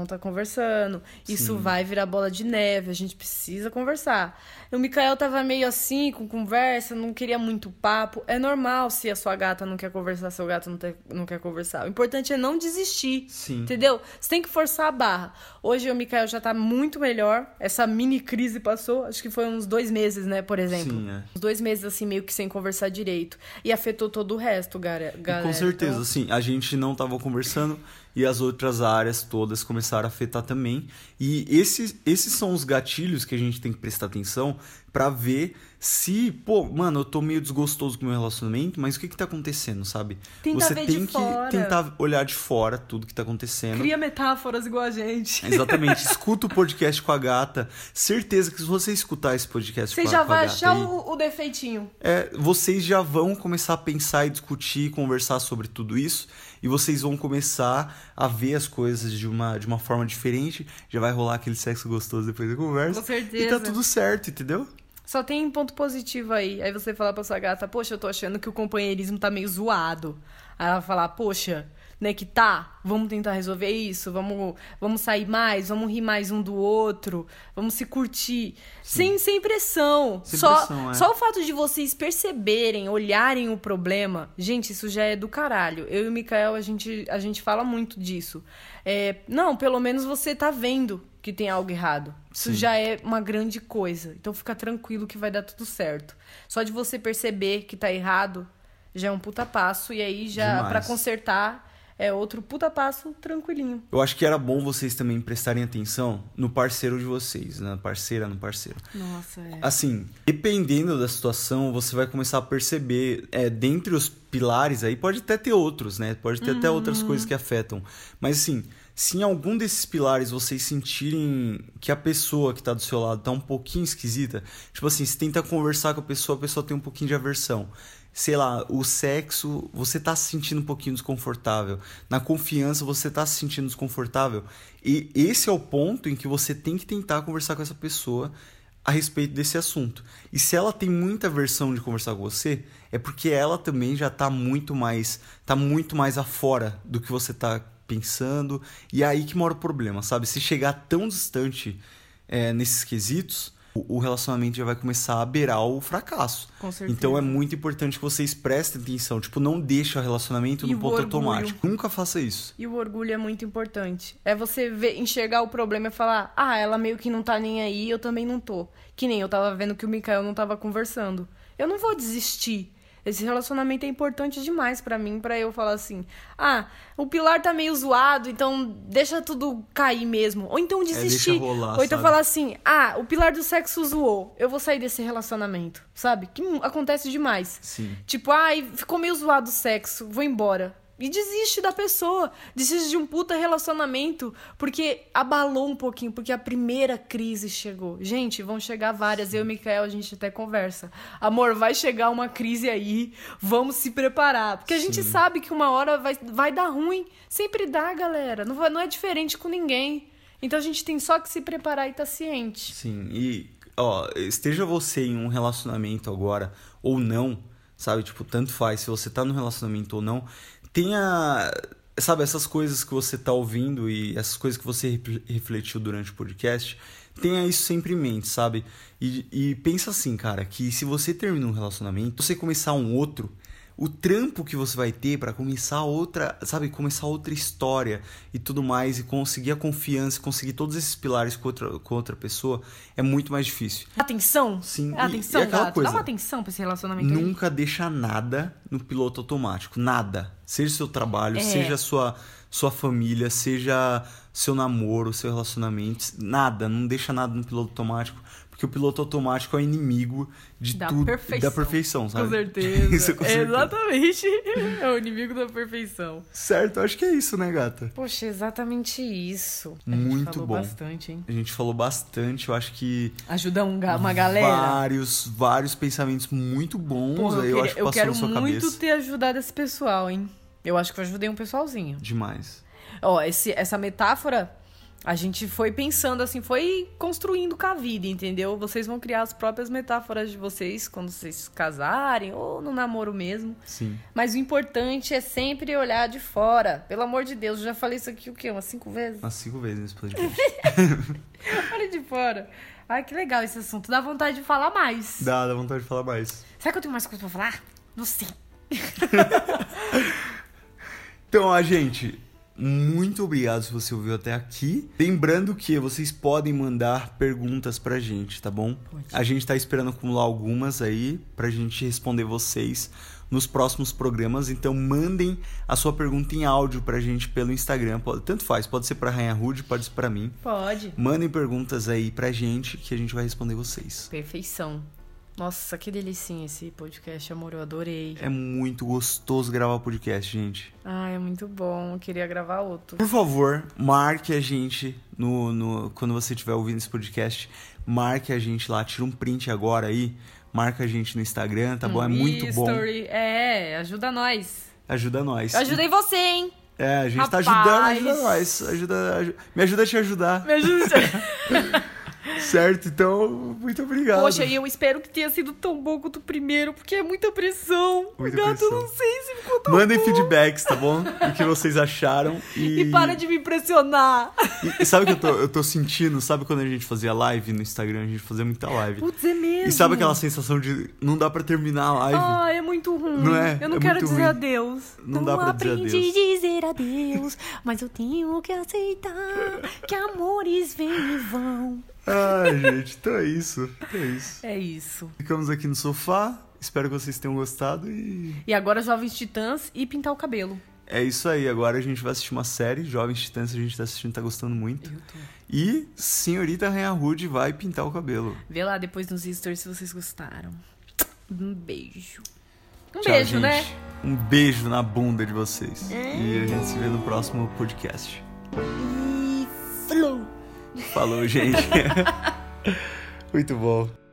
Isso vai virar bola de neve, a gente precisa conversar. O Mikael tava meio assim, com conversa, não queria muito papo. É normal se a sua gata não quer conversar, seu gato não quer conversar. O importante é não desistir, entendeu? Você tem que forçar a barra. Hoje o Mikael já tá muito melhor. Essa mini crise passou, acho que foi uns 2 meses, né, por exemplo. Sim, Uns 2 meses, assim, meio que sem conversar direito. E afetou todo o resto, galera. Com certeza, então... assim, a gente não tava conversando e as outras áreas todas começaram a afetar também. E esses são os gatilhos que a gente tem que prestar atenção pra ver se, mano, eu tô meio desgostoso com o meu relacionamento, mas o que tá acontecendo, sabe? Você tem que tentar olhar de fora tudo que tá acontecendo. Cria metáforas igual a gente. Exatamente. Escuta o podcast com a gata. Certeza que se você escutar esse podcast com a gata... Você já vai achar o defeitinho. Vocês já vão começar a pensar e discutir, conversar sobre tudo isso. E vocês vão começar a ver as coisas de uma forma diferente. Já vai rolar aquele sexo gostoso depois da conversa. Com certeza. E tá tudo certo, entendeu? Só tem ponto positivo aí. Aí você fala pra sua gata, poxa, eu tô achando que o companheirismo tá meio zoado. Aí ela fala, poxa, né, que tá, vamos tentar resolver isso, vamos sair mais, vamos rir mais um do outro, vamos se curtir. Sem pressão. Só o fato de vocês perceberem, olharem o problema, gente, isso já é do caralho. Eu e o Mikael, a gente fala muito disso. Não, pelo menos você tá vendo que tem algo errado. Isso já é uma grande coisa. Então fica tranquilo que vai dar tudo certo. Só de você perceber que tá errado, já é um puta passo. E aí já, pra consertar, é outro puta passo tranquilinho. Eu acho que era bom vocês também prestarem atenção no parceiro de vocês, na parceira, no parceiro. Nossa, Assim, dependendo da situação, você vai começar a perceber, dentre os pilares aí, pode até ter outros, né? Pode ter até outras coisas que afetam. Mas assim, se em algum desses pilares vocês sentirem que a pessoa que tá do seu lado tá um pouquinho esquisita, tipo assim, você tenta conversar com a pessoa tem um pouquinho de aversão. Sei lá, o sexo, você tá se sentindo um pouquinho desconfortável. Na confiança, você tá se sentindo desconfortável. E esse é o ponto em que você tem que tentar conversar com essa pessoa a respeito desse assunto. E se ela tem muita aversão de conversar com você, é porque ela também já tá muito mais afora do que você tá pensando. E é aí que mora o problema, sabe? Se chegar tão distante nesses quesitos, o relacionamento já vai começar a beirar o fracasso. Com certeza. Então é muito importante que vocês prestem atenção. Tipo, não deixa o relacionamento no ponto automático. Nunca faça isso. E o orgulho é muito importante. É você enxergar o problema e falar, ela meio que não tá nem aí, eu também não tô. Que nem eu tava vendo que o Mikael não tava conversando. Eu não vou desistir. Esse relacionamento é importante demais pra mim, pra eu falar assim, o pilar tá meio zoado, então deixa tudo cair mesmo. Ou então desistir. Deixa rolar, ou então sabe? falar assim, o pilar do sexo zoou, eu vou sair desse relacionamento, sabe? Que acontece demais. Sim. Tipo, ficou meio zoado o sexo, vou embora. E desiste da pessoa, desiste de um puta relacionamento, porque abalou um pouquinho, porque a primeira crise chegou. Gente, vão chegar várias, eu e o Mikael, a gente até conversa. Amor, vai chegar uma crise aí, vamos se preparar. Porque a gente sabe que uma hora vai dar ruim, sempre dá, galera, não é diferente com ninguém. Então a gente tem só que se preparar e estar ciente. Sim, e esteja você em um relacionamento agora ou não, sabe? Tipo, tanto faz se você tá no relacionamento ou não, tenha, sabe, essas coisas que você tá ouvindo e essas coisas que você refletiu durante o podcast, tenha isso sempre em mente, sabe? E pensa assim, cara, que se você termina um relacionamento, você começar um outro, o trampo que você vai ter pra começar outra, sabe, começar outra história e tudo mais, e conseguir a confiança, conseguir todos esses pilares com outra pessoa, é muito mais difícil. Atenção? Sim. Atenção, e aquela gato. coisa, dá uma atenção pra esse relacionamento aí. Nunca deixa nada no piloto automático, nada. Seja seu trabalho, seja sua família, seja seu namoro, seu relacionamento, nada, não deixa nada no piloto automático. Porque o piloto automático é o inimigo de tudo. Da perfeição, sabe? Com certeza. Isso, com certeza. Exatamente. É o inimigo da perfeição. Certo, acho que é isso, né, gata? Poxa, exatamente isso. Muito a gente falou bom. Bastante, hein? A gente falou bastante, eu acho que... Ajuda uma galera. Vários pensamentos muito bons. Porra, aí eu acho que passou quero na sua muito cabeça. ter ajudado esse pessoal, hein? Eu acho que eu ajudei um pessoalzinho. Demais. Essa metáfora... A gente foi pensando assim, foi construindo com a vida, entendeu? Vocês vão criar as próprias metáforas de vocês quando vocês se casarem ou no namoro mesmo. Sim. Mas o importante é sempre olhar de fora. Pelo amor de Deus, eu já falei isso aqui o quê? Umas 5 vezes? Umas 5 vezes nesse podcast. Olha de fora. Ai, que legal esse assunto. Dá vontade de falar mais. Dá vontade de falar mais. Será que eu tenho mais coisa pra falar? Não sei. Então, gente... Muito obrigado se você ouviu até aqui. Lembrando que vocês podem mandar perguntas pra gente, tá bom? Pode. A gente tá esperando acumular algumas aí pra gente responder vocês nos próximos programas. Então mandem a sua pergunta em áudio pra gente pelo Instagram. Tanto faz, pode ser pra Rainha Rude, pode ser pra mim. Pode. Mandem perguntas aí pra gente que a gente vai responder vocês. Perfeição. Nossa, que delicinha esse podcast, amor, eu adorei. É muito gostoso gravar podcast, gente. É muito bom, eu queria gravar outro. Por favor, marque a gente quando você estiver ouvindo esse podcast, marque a gente lá, tira um print agora aí, marca a gente no Instagram, tá bom? É muito bom. Ajuda nós. Ajuda nós. Eu ajudei você, hein? A gente Rapaz. tá ajudando nós. Me ajuda a te ajudar. Me ajuda a te ajudar. Certo, então, muito obrigado. Poxa, e eu espero que tenha sido tão bom quanto o primeiro, porque é muita pressão. Muita Gato, pressão. Eu não sei se ficou tão Mandem bom. feedbacks, tá bom? O que vocês acharam. E para de me impressionar. E sabe o que eu tô sentindo? Sabe quando a gente fazia live no Instagram? A gente fazia muita live. Putz, é mesmo. E sabe aquela sensação de não dá pra terminar a live? É muito ruim. Não é? Eu não É quero muito dizer ruim. adeus. Não dá pra dizer aprendi adeus. a dizer adeus, mas eu tenho que aceitar que amores vêm e vão. Gente, então é isso. É isso. Ficamos aqui no sofá. Espero que vocês tenham gostado E agora Jovens Titãs e pintar o cabelo. É isso aí. Agora a gente vai assistir uma série, Jovens Titãs, a gente tá assistindo, tá gostando muito. Eu tô. E Senhorita Rainha Rude vai pintar o cabelo. Vê lá depois nos stories se vocês gostaram. Um beijo. Tchau, Beijo, gente. né? Um beijo na bunda de vocês. E a gente se vê no próximo podcast. E flow. Falou, gente. Muito bom.